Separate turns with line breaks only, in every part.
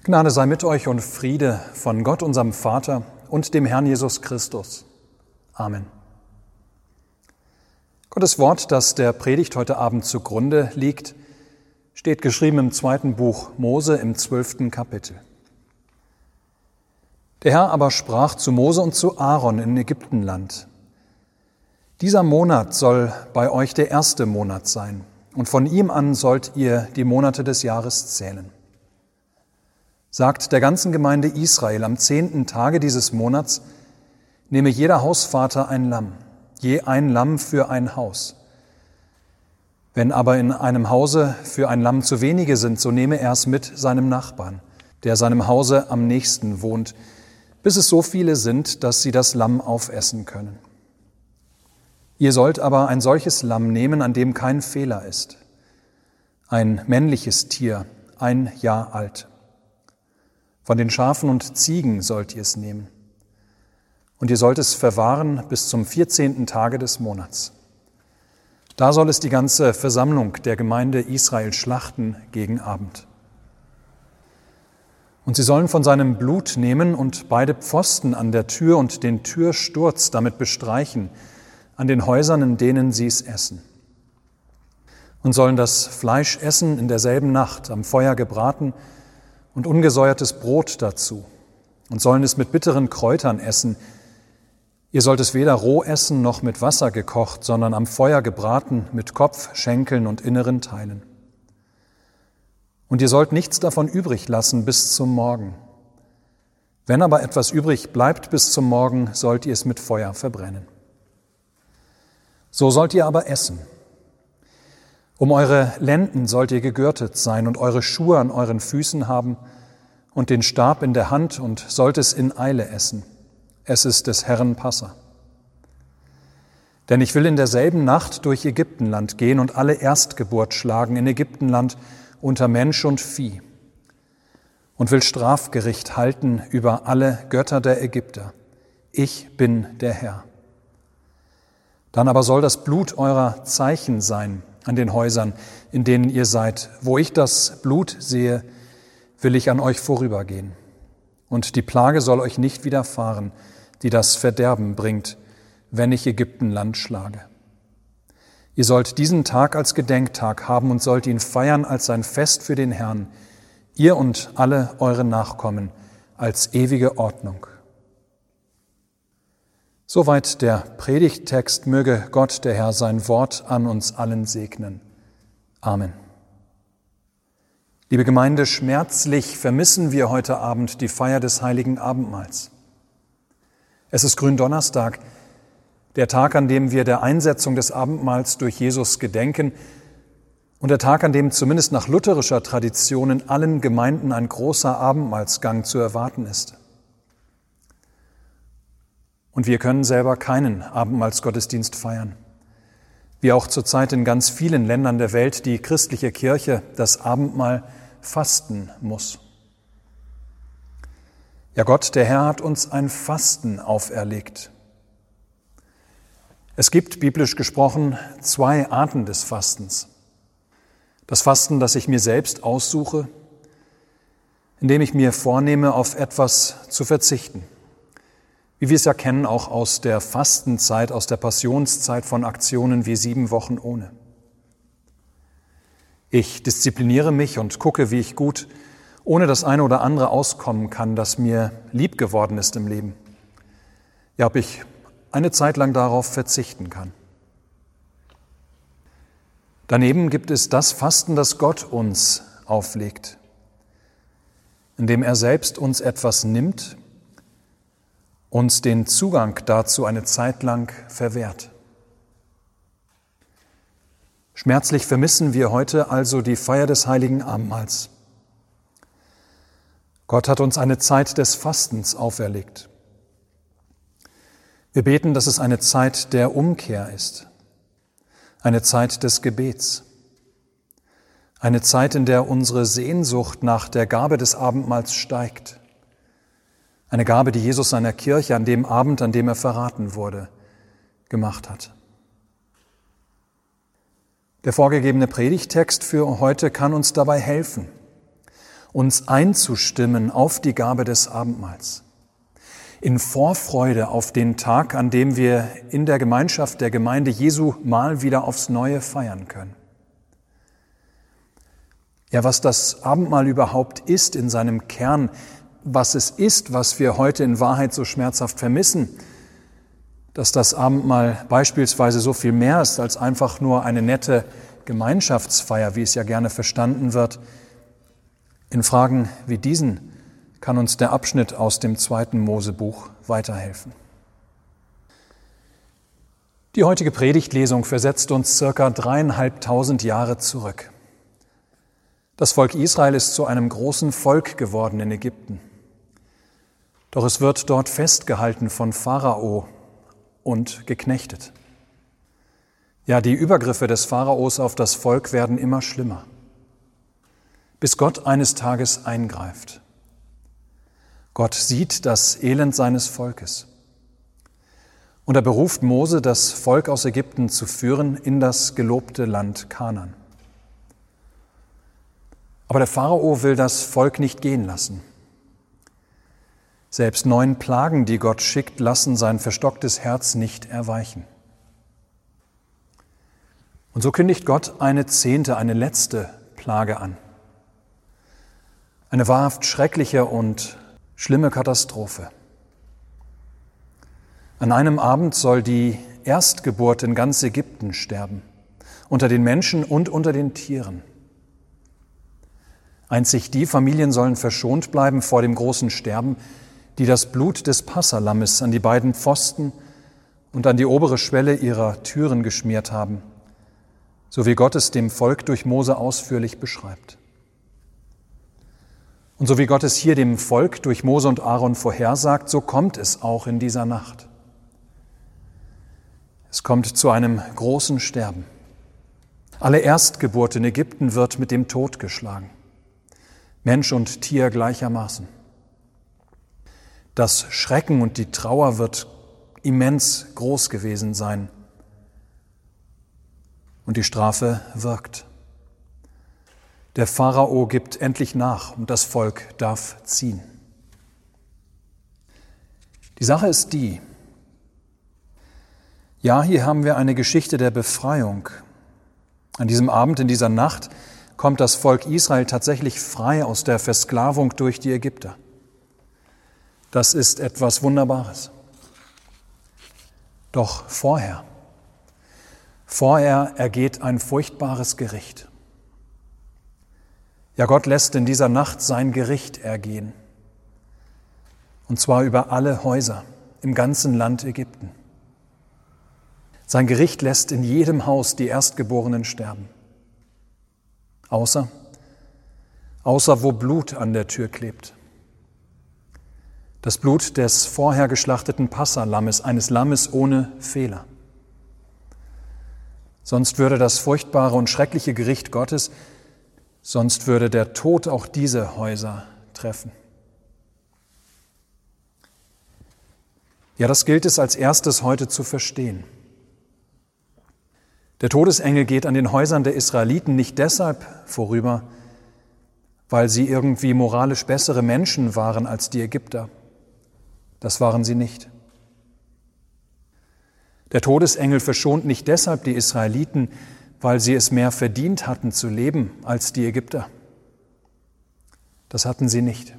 Gnade sei mit euch und Friede von Gott, unserem Vater und dem Herrn Jesus Christus. Amen. Gottes Wort, das der Predigt heute Abend zugrunde liegt, steht geschrieben im 2. Buch Mose im 12. Kapitel. Der Herr aber sprach zu Mose und zu Aaron in Ägyptenland: Dieser Monat soll bei euch der erste Monat sein, und von ihm an sollt ihr die Monate des Jahres zählen. Sagt der ganzen Gemeinde Israel, am 10. Tage dieses Monats nehme jeder Hausvater ein Lamm, je ein Lamm für ein Haus. Wenn aber in einem Hause für ein Lamm zu wenige sind, so nehme er es mit seinem Nachbarn, der seinem Hause am nächsten wohnt, bis es so viele sind, dass sie das Lamm aufessen können. Ihr sollt aber ein solches Lamm nehmen, an dem kein Fehler ist, ein männliches Tier, 1 Jahr alt. Von den Schafen und Ziegen sollt ihr es nehmen. Und ihr sollt es verwahren bis zum 14. Tage des Monats. Da soll es die ganze Versammlung der Gemeinde Israel schlachten gegen Abend. Und sie sollen von seinem Blut nehmen und beide Pfosten an der Tür und den Türsturz damit bestreichen, an den Häusern, in denen sie es essen. Und sollen das Fleisch essen in derselben Nacht, am Feuer gebraten, und ungesäuertes Brot dazu, und sollen es mit bitteren Kräutern essen. Ihr sollt es weder roh essen noch mit Wasser gekocht, sondern am Feuer gebraten mit Kopf, Schenkeln und inneren Teilen. Und ihr sollt nichts davon übrig lassen bis zum Morgen. Wenn aber etwas übrig bleibt bis zum Morgen, sollt ihr es mit Feuer verbrennen. So sollt ihr aber essen. Um eure Lenden sollt ihr gegürtet sein und eure Schuhe an euren Füßen haben und den Stab in der Hand und sollt es in Eile essen. Es ist des Herrn Passa. Denn ich will in derselben Nacht durch Ägyptenland gehen und alle Erstgeburt schlagen in Ägyptenland unter Mensch und Vieh und will Strafgericht halten über alle Götter der Ägypter. Ich bin der Herr. Dann aber soll das Blut eurer Zeichen sein an den Häusern, in denen ihr seid. Wo ich das Blut sehe, will ich an euch vorübergehen. Und die Plage soll euch nicht widerfahren, die das Verderben bringt, wenn ich Ägyptenland schlage. Ihr sollt diesen Tag als Gedenktag haben und sollt ihn feiern als ein Fest für den Herrn, ihr und alle eure Nachkommen, als ewige Ordnung. Soweit der Predigttext. Möge Gott, der Herr, sein Wort an uns allen segnen. Amen. Liebe Gemeinde, schmerzlich vermissen wir heute Abend die Feier des Heiligen Abendmahls. Es ist Gründonnerstag, der Tag, an dem wir der Einsetzung des Abendmahls durch Jesus gedenken und der Tag, an dem zumindest nach lutherischer Tradition in allen Gemeinden ein großer Abendmahlsgang zu erwarten ist. Und wir können selber keinen Abendmahlsgottesdienst feiern. Wie auch zurzeit in ganz vielen Ländern der Welt die christliche Kirche das Abendmahl fasten muss. Ja, Gott, der Herr, hat uns ein Fasten auferlegt. Es gibt, biblisch gesprochen, 2 Arten des Fastens. Das Fasten, das ich mir selbst aussuche, indem ich mir vornehme, auf etwas zu verzichten. Wie wir es ja kennen, auch aus der Fastenzeit, aus der Passionszeit von Aktionen wie 7 Wochen ohne. Ich diszipliniere mich und gucke, wie ich gut ohne das eine oder andere auskommen kann, das mir lieb geworden ist im Leben. Ja, ob ich eine Zeit lang darauf verzichten kann. Daneben gibt es das Fasten, das Gott uns auflegt, indem er selbst uns etwas nimmt, uns den Zugang dazu eine Zeit lang verwehrt. Schmerzlich vermissen wir heute also die Feier des Heiligen Abendmahls. Gott hat uns eine Zeit des Fastens auferlegt. Wir beten, dass es eine Zeit der Umkehr ist, eine Zeit des Gebets, eine Zeit, in der unsere Sehnsucht nach der Gabe des Abendmahls steigt. Eine Gabe, die Jesus seiner Kirche an dem Abend, an dem er verraten wurde, gemacht hat. Der vorgegebene Predigttext für heute kann uns dabei helfen. uns einzustimmen auf die Gabe des Abendmahls, in Vorfreude auf den Tag, an dem wir in der Gemeinschaft der Gemeinde Jesu mal wieder aufs Neue feiern können. Ja, was das Abendmahl überhaupt ist in seinem Kern, was es ist, was wir heute in Wahrheit so schmerzhaft vermissen, dass das Abendmahl beispielsweise so viel mehr ist als einfach nur eine nette Gemeinschaftsfeier, wie es ja gerne verstanden wird. In Fragen wie diesen kann uns der Abschnitt aus dem 2. Mosebuch weiterhelfen. Die heutige Predigtlesung versetzt uns ca. 3.500 Jahre zurück. Das Volk Israel ist zu einem großen Volk geworden in Ägypten. Doch es wird dort festgehalten von Pharao und geknechtet. Ja, die Übergriffe des Pharaos auf das Volk werden immer schlimmer, bis Gott eines Tages eingreift. Gott sieht das Elend seines Volkes und er beruft Mose, das Volk aus Ägypten zu führen in das gelobte Land Kanaan. Aber der Pharao will das Volk nicht gehen lassen. Selbst 9 Plagen, die Gott schickt, lassen sein verstocktes Herz nicht erweichen. Und so kündigt Gott eine 10., eine letzte Plage an. Eine wahrhaft schreckliche und schlimme Katastrophe. An einem Abend soll die Erstgeburt in ganz Ägypten sterben, unter den Menschen und unter den Tieren. Einzig die Familien sollen verschont bleiben vor dem großen Sterben, die das Blut des Passalammes an die beiden Pfosten und an die obere Schwelle ihrer Türen geschmiert haben, so wie Gott es dem Volk durch Mose ausführlich beschreibt. Und so wie Gott es hier dem Volk durch Mose und Aaron vorhersagt, so kommt es auch in dieser Nacht. Es kommt zu einem großen Sterben. Alle Erstgeburt in Ägypten wird mit dem Tod geschlagen. Mensch und Tier gleichermaßen. Das Schrecken und die Trauer wird immens groß gewesen sein. Und die Strafe wirkt. Der Pharao gibt endlich nach und das Volk darf ziehen. Die Sache ist die, ja, hier haben wir eine Geschichte der Befreiung. An diesem Abend, in dieser Nacht, kommt das Volk Israel tatsächlich frei aus der Versklavung durch die Ägypter. Das ist etwas Wunderbares. Doch vorher ergeht ein furchtbares Gericht. Ja, Gott lässt in dieser Nacht sein Gericht ergehen. Und zwar über alle Häuser im ganzen Land Ägypten. Sein Gericht lässt in jedem Haus die Erstgeborenen sterben. Außer wo Blut an der Tür klebt. Das Blut des vorher geschlachteten Passalammes, eines Lammes ohne Fehler. Sonst würde das furchtbare und schreckliche Gericht Gottes, sonst würde der Tod auch diese Häuser treffen. Ja, das gilt es als erstes heute zu verstehen. Der Todesengel geht an den Häusern der Israeliten nicht deshalb vorüber, weil sie irgendwie moralisch bessere Menschen waren als die Ägypter. Das waren sie nicht. Der Todesengel verschont nicht deshalb die Israeliten, weil sie es mehr verdient hatten zu leben als die Ägypter. Das hatten sie nicht.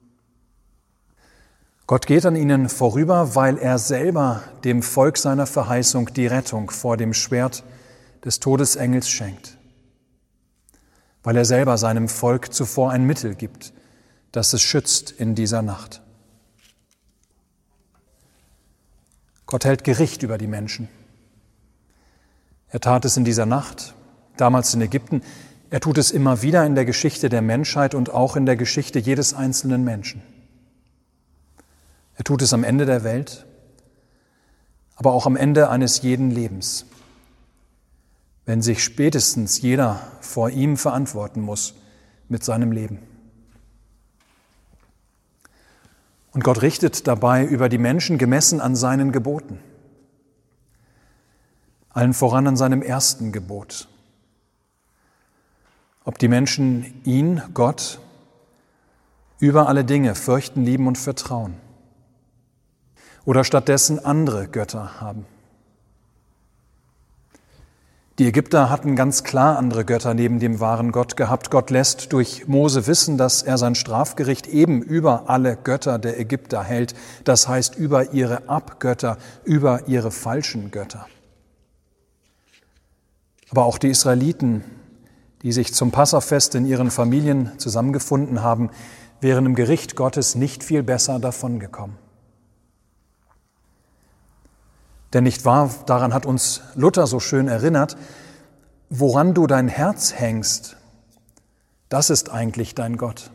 Gott geht an ihnen vorüber, weil er selber dem Volk seiner Verheißung die Rettung vor dem Schwert des Todesengels schenkt. Weil er selber seinem Volk zuvor ein Mittel gibt, das es schützt in dieser Nacht. Gott hält Gericht über die Menschen. Er tat es in dieser Nacht, damals in Ägypten. Er tut es immer wieder in der Geschichte der Menschheit und auch in der Geschichte jedes einzelnen Menschen. Er tut es am Ende der Welt, aber auch am Ende eines jeden Lebens, wenn sich spätestens jeder vor ihm verantworten muss mit seinem Leben. Und Gott richtet dabei über die Menschen gemessen an seinen Geboten. Allen voran an seinem ersten Gebot. Ob die Menschen ihn, Gott, über alle Dinge fürchten, lieben und vertrauen oder stattdessen andere Götter haben. Die Ägypter hatten ganz klar andere Götter neben dem wahren Gott gehabt. Gott lässt durch Mose wissen, dass er sein Strafgericht eben über alle Götter der Ägypter hält, das heißt über ihre Abgötter, über ihre falschen Götter. Aber auch die Israeliten, die sich zum Passafest in ihren Familien zusammengefunden haben, wären im Gericht Gottes nicht viel besser davongekommen. Denn nicht wahr, daran hat uns Luther so schön erinnert, woran du dein Herz hängst, das ist eigentlich dein Gott.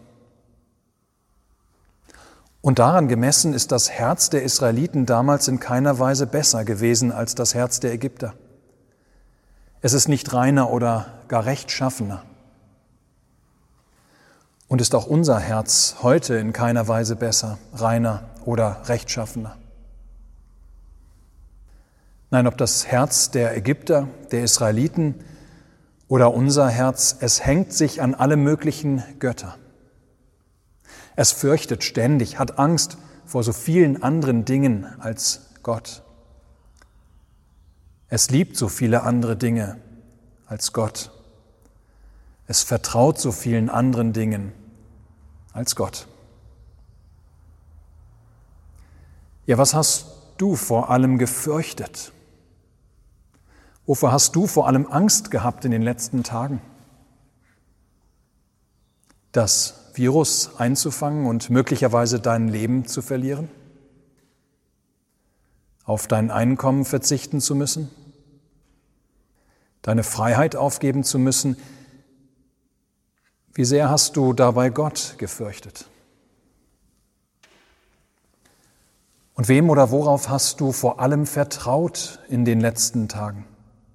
Und daran gemessen ist das Herz der Israeliten damals in keiner Weise besser gewesen als das Herz der Ägypter. Es ist nicht reiner oder gar rechtschaffener. Und ist auch unser Herz heute in keiner Weise besser, reiner oder rechtschaffener. Nein, ob das Herz der Ägypter, der Israeliten oder unser Herz, es hängt sich an alle möglichen Götter. Es fürchtet ständig, hat Angst vor so vielen anderen Dingen als Gott. Es liebt so viele andere Dinge als Gott. Es vertraut so vielen anderen Dingen als Gott. Ja, was hast du vor allem gefürchtet? Wovor hast du vor allem Angst gehabt in den letzten Tagen? Das Virus einzufangen und möglicherweise dein Leben zu verlieren? Auf dein Einkommen verzichten zu müssen? Deine Freiheit aufgeben zu müssen? Wie sehr hast du dabei Gott gefürchtet? Und wem oder worauf hast du vor allem vertraut in den letzten Tagen?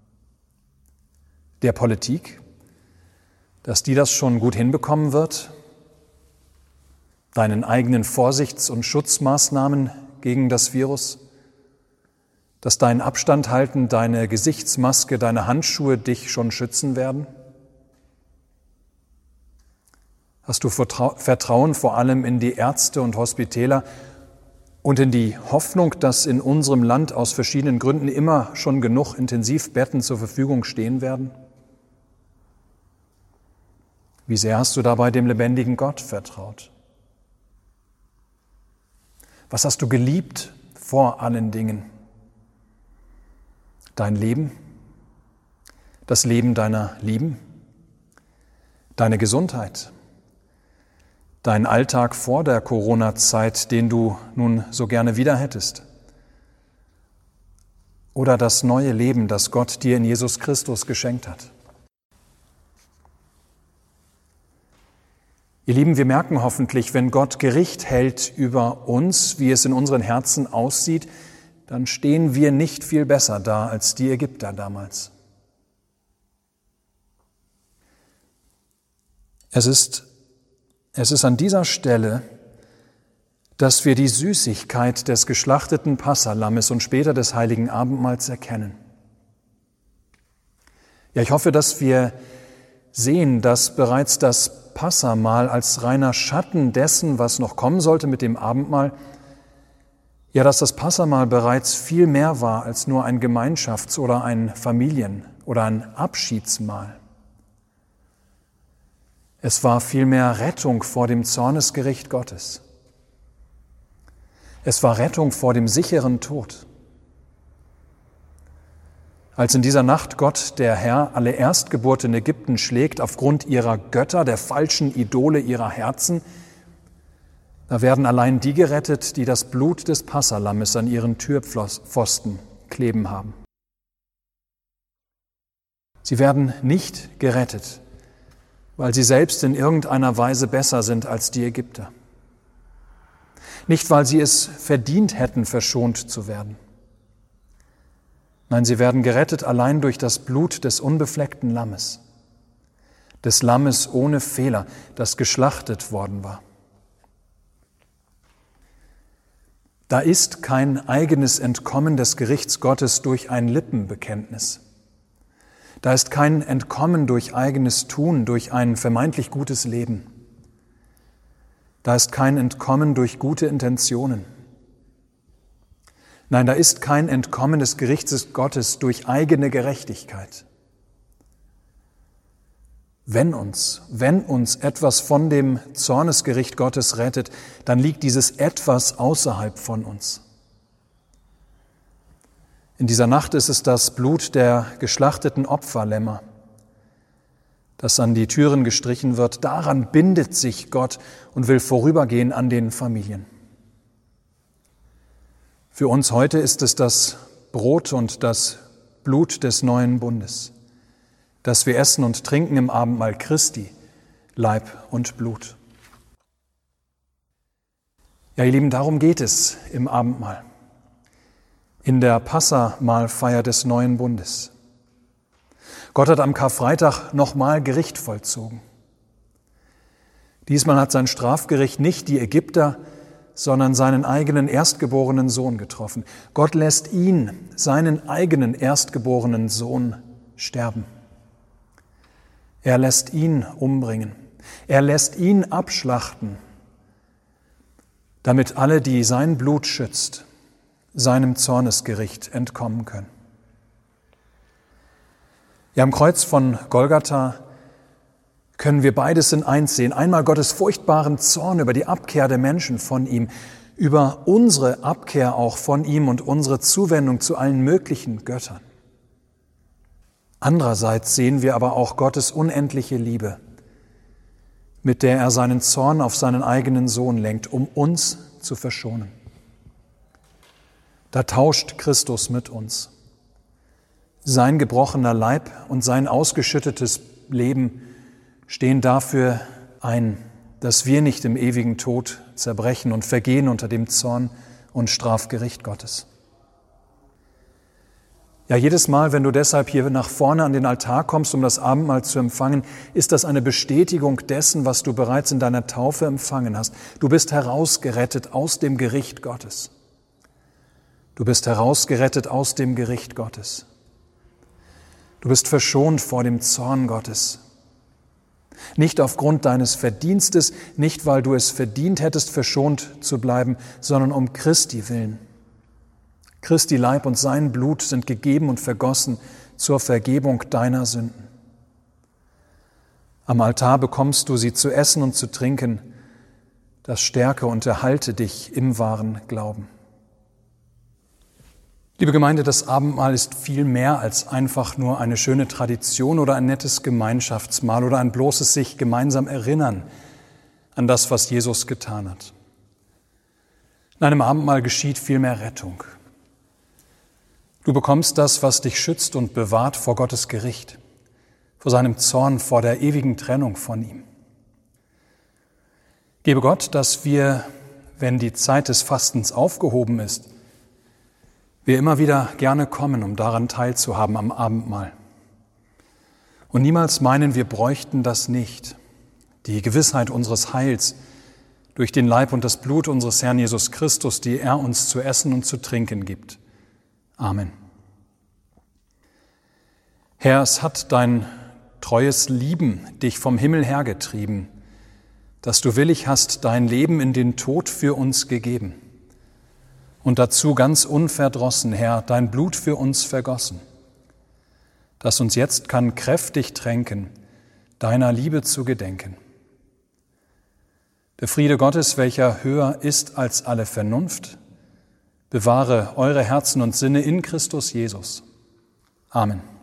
Der Politik, dass die das schon gut hinbekommen wird? Deinen eigenen Vorsichts- und Schutzmaßnahmen gegen das Virus? Dass dein Abstand halten, deine Gesichtsmaske, deine Handschuhe dich schon schützen werden? Hast du Vertrauen vor allem in die Ärzte und Hospitäler und in die Hoffnung, dass in unserem Land aus verschiedenen Gründen immer schon genug Intensivbetten zur Verfügung stehen werden? Wie sehr hast du dabei dem lebendigen Gott vertraut? Was hast du geliebt vor allen Dingen? Dein Leben? Das Leben deiner Lieben? Deine Gesundheit? Dein Alltag vor der Corona-Zeit, den du nun so gerne wieder hättest? Oder das neue Leben, das Gott dir in Jesus Christus geschenkt hat? Ihr Lieben, wir merken hoffentlich, wenn Gott Gericht hält über uns, wie es in unseren Herzen aussieht, dann stehen wir nicht viel besser da als die Ägypter damals. Es ist an dieser Stelle, dass wir die Süßigkeit des geschlachteten Passalammes und später des heiligen Abendmahls erkennen. Ja, ich hoffe, dass wir sehen, dass bereits das Passamahl als reiner Schatten dessen, was noch kommen sollte mit dem Abendmahl, ja, dass das Passamahl bereits viel mehr war als nur ein Gemeinschafts- oder ein Familien- oder ein Abschiedsmahl. Es war vielmehr Rettung vor dem Zornesgericht Gottes. Es war Rettung vor dem sicheren Tod. Als in dieser Nacht Gott, der Herr, alle Erstgeburt in Ägypten schlägt aufgrund ihrer Götter, der falschen Idole ihrer Herzen, da werden allein die gerettet, die das Blut des Passalammes an ihren Türpfosten kleben haben. Sie werden nicht gerettet, weil sie selbst in irgendeiner Weise besser sind als die Ägypter. Nicht, weil sie es verdient hätten, verschont zu werden. Nein, sie werden gerettet allein durch das Blut des unbefleckten Lammes, des Lammes ohne Fehler, das geschlachtet worden war. Da ist kein eigenes Entkommen des Gerichts Gottes durch ein Lippenbekenntnis. Da ist kein Entkommen durch eigenes Tun, durch ein vermeintlich gutes Leben. Da ist kein Entkommen durch gute Intentionen. Nein, da ist kein Entkommen des Gerichts Gottes durch eigene Gerechtigkeit. Wenn uns etwas von dem Zornesgericht Gottes rettet, dann liegt dieses etwas außerhalb von uns. In dieser Nacht ist es das Blut der geschlachteten Opferlämmer, das an die Türen gestrichen wird. Daran bindet sich Gott und will vorübergehen an den Familien. Für uns heute ist es das Brot und das Blut des neuen Bundes, das wir essen und trinken im Abendmahl Christi, Leib und Blut. Ja, ihr Lieben, darum geht es im Abendmahl, in der Passamahlfeier des neuen Bundes. Gott hat am Karfreitag nochmal Gericht vollzogen. Diesmal hat sein Strafgericht nicht die Ägypter, sondern seinen eigenen erstgeborenen Sohn getroffen. Gott lässt ihn, seinen eigenen erstgeborenen Sohn, sterben. Er lässt ihn umbringen. Er lässt ihn abschlachten, damit alle, die sein Blut schützt, seinem Zornesgericht entkommen können. Ja, am Kreuz von Golgatha können wir beides in eins sehen. Einmal Gottes furchtbaren Zorn über die Abkehr der Menschen von ihm, über unsere Abkehr auch von ihm und unsere Zuwendung zu allen möglichen Göttern. Andererseits sehen wir aber auch Gottes unendliche Liebe, mit der er seinen Zorn auf seinen eigenen Sohn lenkt, um uns zu verschonen. Da tauscht Christus mit uns. Sein gebrochener Leib und sein ausgeschüttetes Leben stehen dafür ein, dass wir nicht im ewigen Tod zerbrechen und vergehen unter dem Zorn und Strafgericht Gottes. Ja, jedes Mal, wenn du deshalb hier nach vorne an den Altar kommst, um das Abendmahl zu empfangen, ist das eine Bestätigung dessen, was du bereits in deiner Taufe empfangen hast. Du bist herausgerettet aus dem Gericht Gottes. Du bist herausgerettet aus dem Gericht Gottes. Du bist verschont vor dem Zorn Gottes. Nicht aufgrund deines Verdienstes, nicht weil du es verdient hättest, verschont zu bleiben, sondern um Christi willen. Christi Leib und sein Blut sind gegeben und vergossen zur Vergebung deiner Sünden. Am Altar bekommst du sie zu essen und zu trinken. Das stärke und erhalte dich im wahren Glauben. Liebe Gemeinde, das Abendmahl ist viel mehr als einfach nur eine schöne Tradition oder ein nettes Gemeinschaftsmahl oder ein bloßes sich gemeinsam erinnern an das, was Jesus getan hat. In einem Abendmahl geschieht vielmehr Rettung. Du bekommst das, was dich schützt und bewahrt vor Gottes Gericht, vor seinem Zorn, vor der ewigen Trennung von ihm. Gebe Gott, dass wir, wenn die Zeit des Fastens aufgehoben ist, wir immer wieder gerne kommen, um daran teilzuhaben am Abendmahl. Und niemals meinen, wir bräuchten das nicht. Die Gewissheit unseres Heils durch den Leib und das Blut unseres Herrn Jesus Christus, die er uns zu essen und zu trinken gibt. Amen. Herr, es hat dein treues Lieben dich vom Himmel hergetrieben, dass du willig hast dein Leben in den Tod für uns gegeben. Und dazu ganz unverdrossen, Herr, dein Blut für uns vergossen, das uns jetzt kann kräftig tränken, deiner Liebe zu gedenken. Der Friede Gottes, welcher höher ist als alle Vernunft, bewahre eure Herzen und Sinne in Christus Jesus. Amen.